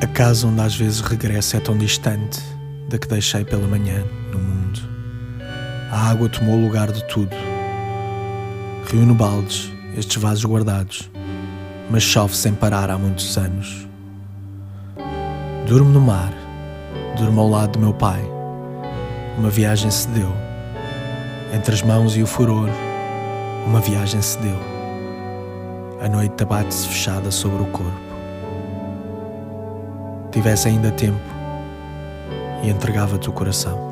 A casa onde às vezes regresso é tão distante da que deixei pela manhã no mundo. A água tomou o lugar de tudo. Reúno baldes, estes vasos guardados, mas chove sem parar há muitos anos. Durmo no mar, durmo ao lado do meu pai. Uma viagem se deu. Entre as mãos e o furor, uma viagem se deu. A noite abate-se fechada sobre o corpo. Tivesse ainda tempo e entregava-te o coração.